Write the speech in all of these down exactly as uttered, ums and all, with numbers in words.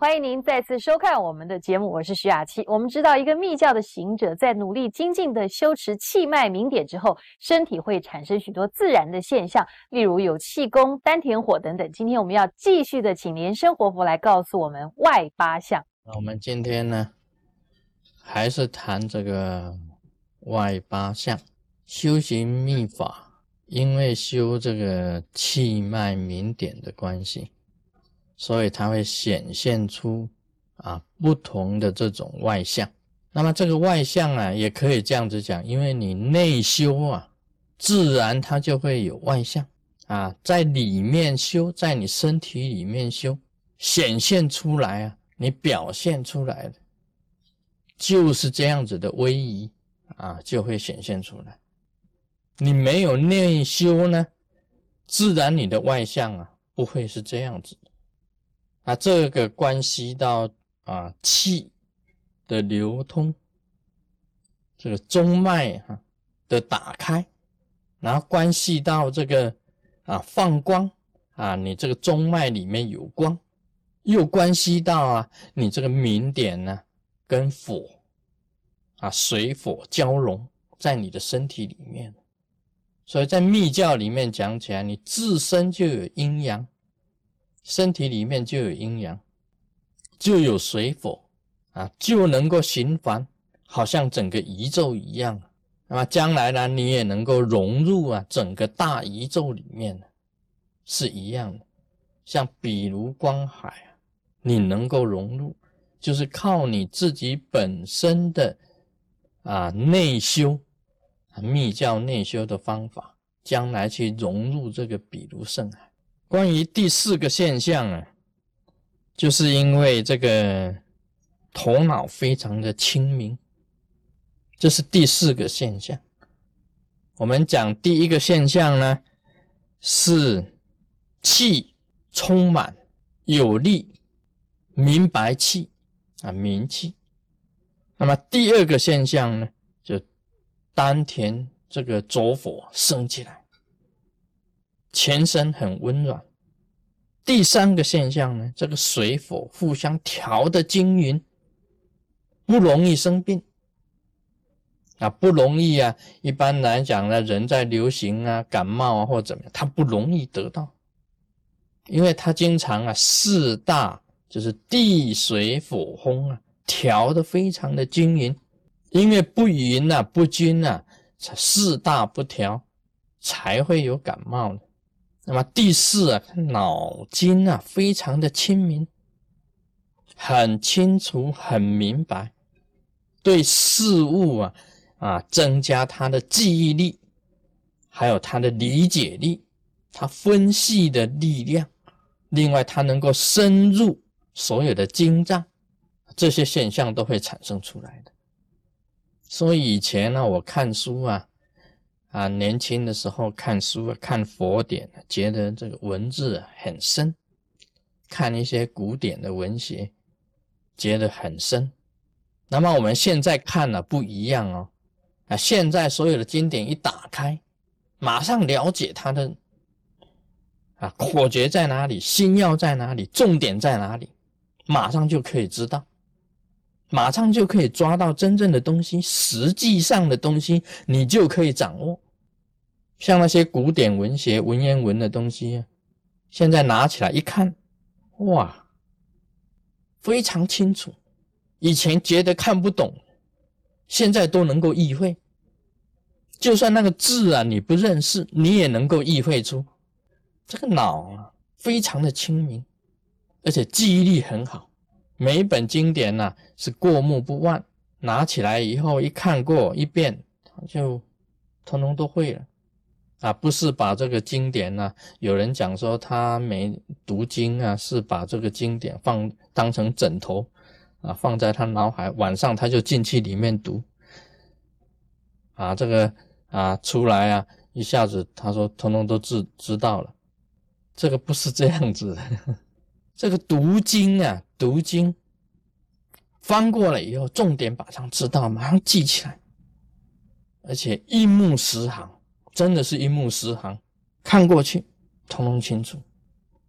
欢迎您再次收看我们的节目，我是徐雅琪。我们知道，一个密教的行者在努力精进的修持气脉明点之后，身体会产生许多自然的现象，例如有气功、丹田火等等。今天我们要继续的请莲生活佛来告诉我们外八相。 那我们今天呢，还是谈这个外八相。修行密法，因为修这个气脉明点的关系，所以它会显现出啊不同的这种外相。那么这个外相啊，也可以这样子讲，因为你内修啊，自然它就会有外相啊，在里面修，在你身体里面修，显现出来啊，你表现出来的就是这样子的威仪啊，就会显现出来。你没有内修呢，自然你的外相啊不会是这样子的啊。这个关系到啊气的流通，这个中脉啊的打开，然后关系到这个啊放光啊，你这个中脉里面有光，又关系到啊你这个明点呢跟火啊水火交融在你的身体里面。所以在密教里面讲起来，你自身就有阴阳，身体里面就有阴阳，就有水火啊，就能够行凡，好像整个宇宙一样。那么将来呢，你也能够融入啊整个大宇宙里面，是一样的。像比如光海啊，你能够融入，就是靠你自己本身的啊内修。密教内修的方法，将来去融入这个比如圣海。关于第四个现象啊，就是因为这个头脑非常的清明，这是第四个现象。我们讲第一个现象呢，是气充满有力，明白气啊，明气。那么第二个现象呢，就丹田这个着火升起来，全身很温暖。第三个现象呢，这个水火互相调的均匀，不容易生病啊，不容易啊。一般来讲呢，人在流行啊、感冒啊或怎么样，他不容易得到，因为他经常啊四大就是地水火风啊调的非常的均匀。因为不匀啊不均啊，四大不调，才会有感冒的。那么第四啊，脑筋啊非常的清明，很清楚很明白，对事物啊啊增加他的记忆力，还有他的理解力，他分析的力量。另外他能够深入所有的经藏，这些现象都会产生出来的。所以以前呢，我看书啊，啊，年轻的时候看书啊，看佛典，觉得这个文字很深，看一些古典的文学，觉得很深。那么我们现在看了不一样哦，啊，现在所有的经典一打开，马上了解它的啊口诀在哪里，心要在哪里，重点在哪里，马上就可以知道。马上就可以抓到真正的东西，实际上的东西你就可以掌握。像那些古典文学文言文的东西啊，现在拿起来一看，哇，非常清楚。以前觉得看不懂，现在都能够意会。就算那个字啊你不认识，你也能够意会出。这个脑啊非常的清明，而且记忆力很好。每一本经典啊是过目不忘，拿起来以后一看过一遍，就统统都会了啊！不是把这个经典啊，有人讲说他没读经啊，是把这个经典放当成枕头啊，放在他脑海，晚上他就进去里面读啊，这个啊出来啊，一下子他说统统都知知道了。这个不是这样子的。这个读经啊，读经翻过了以后，重点马上知道，马上记起来，而且一目十行，真的是一目十行，看过去通通清楚。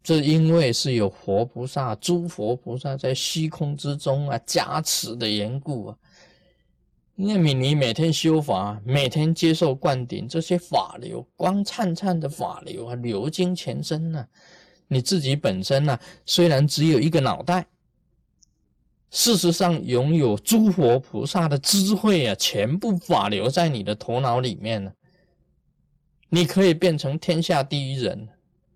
这因为是有活菩萨、诸佛菩萨在虚空之中啊加持的缘故啊。那么你每天修法，每天接受灌顶，这些法流，光灿灿的法流啊，流经全身啊。你自己本身啊，虽然只有一个脑袋，事实上拥有诸佛菩萨的智慧啊，全部法流在你的头脑里面呢、啊。你可以变成天下第一人。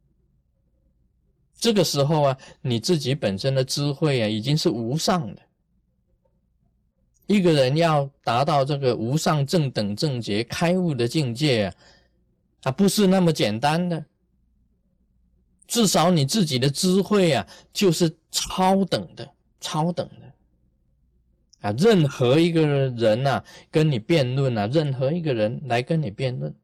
这个时候啊，你自己本身的智慧啊，已经是无上的。一个人要达到这个无上正等正觉开悟的境界啊，啊，不是那么简单的。至少你自己的智慧啊，就是超等的，超等的。啊，任何一个人啊，跟你辩论啊，任何一个人来跟你辩论，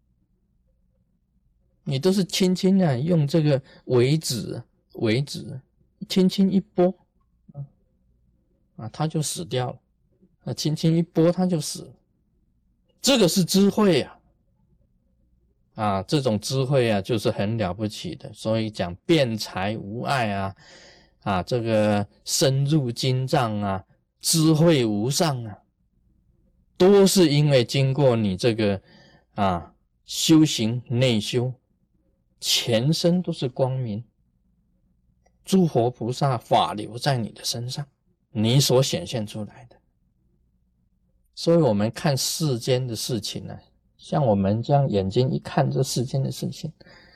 你都是轻轻的、啊、用这个尾指，尾指轻轻一拨，啊，他就死掉了。啊，轻轻一拨他就死了。这个是智慧啊，啊，这种智慧啊，就是很了不起的。所以讲辩才无碍啊，啊，这个深入经藏啊，智慧无上啊，都是因为经过你这个啊修行内修，全身都是光明，诸佛菩萨法流在你的身上，你所显现出来的。所以我们看世间的事情呢、啊，像我们这样眼睛一看这世间的事情，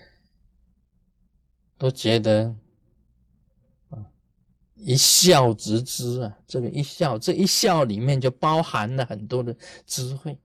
都觉得啊，一笑直知啊，这个一笑，这一笑里面就包含了很多的智慧，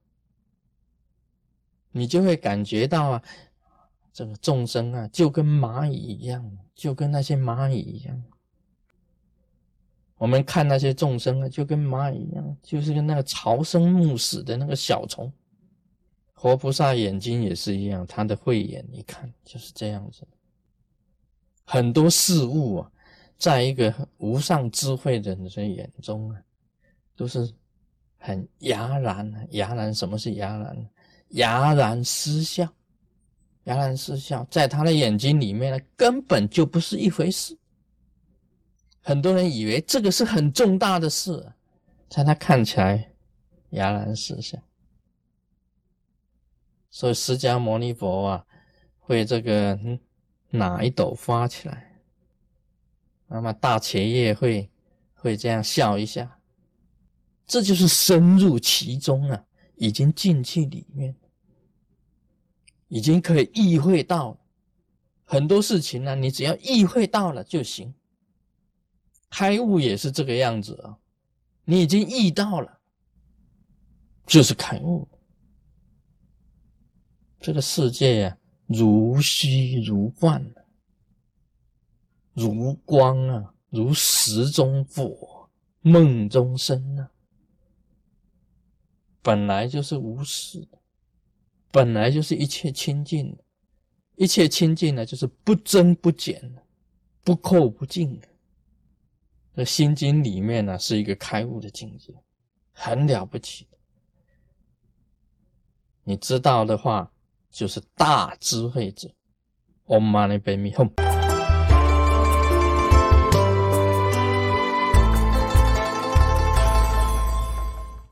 你就会感觉到啊，这个众生啊，就跟蚂蚁一样，就跟那些蚂蚁一样。我们看那些众生啊，就跟蚂蚁一样，就是跟那个朝生暮死的那个小虫。活菩萨眼睛也是一样，他的慧眼一看就是这样子。很多事物啊，在一个无上智慧的人的眼中啊，都是很哑然。哑然，什么是哑然？哑然失笑。哑然失笑，在他的眼睛里面呢，根本就不是一回事。很多人以为这个是很重大的事、啊，在他看起来哑然失笑。所以释迦牟尼佛啊，会这个、嗯、拿一斗发起来，那么大茄叶会会这样笑一下，这就是深入其中啊，已经进去里面，已经可以意会到了很多事情呢、啊，你只要意会到了就行。开悟也是这个样子啊，你已经意到了，就是开悟。这个世界啊，如虚如幻，如光啊，如石中火，梦中生啊，本来就是无事的，本来就是一切清净的，一切清净呢，就是不增不减，不垢不净的。这心经里面呢，是一个开悟的境界，很了不起的。你知道的话，就是大智慧者。Om Mani Padme Hum。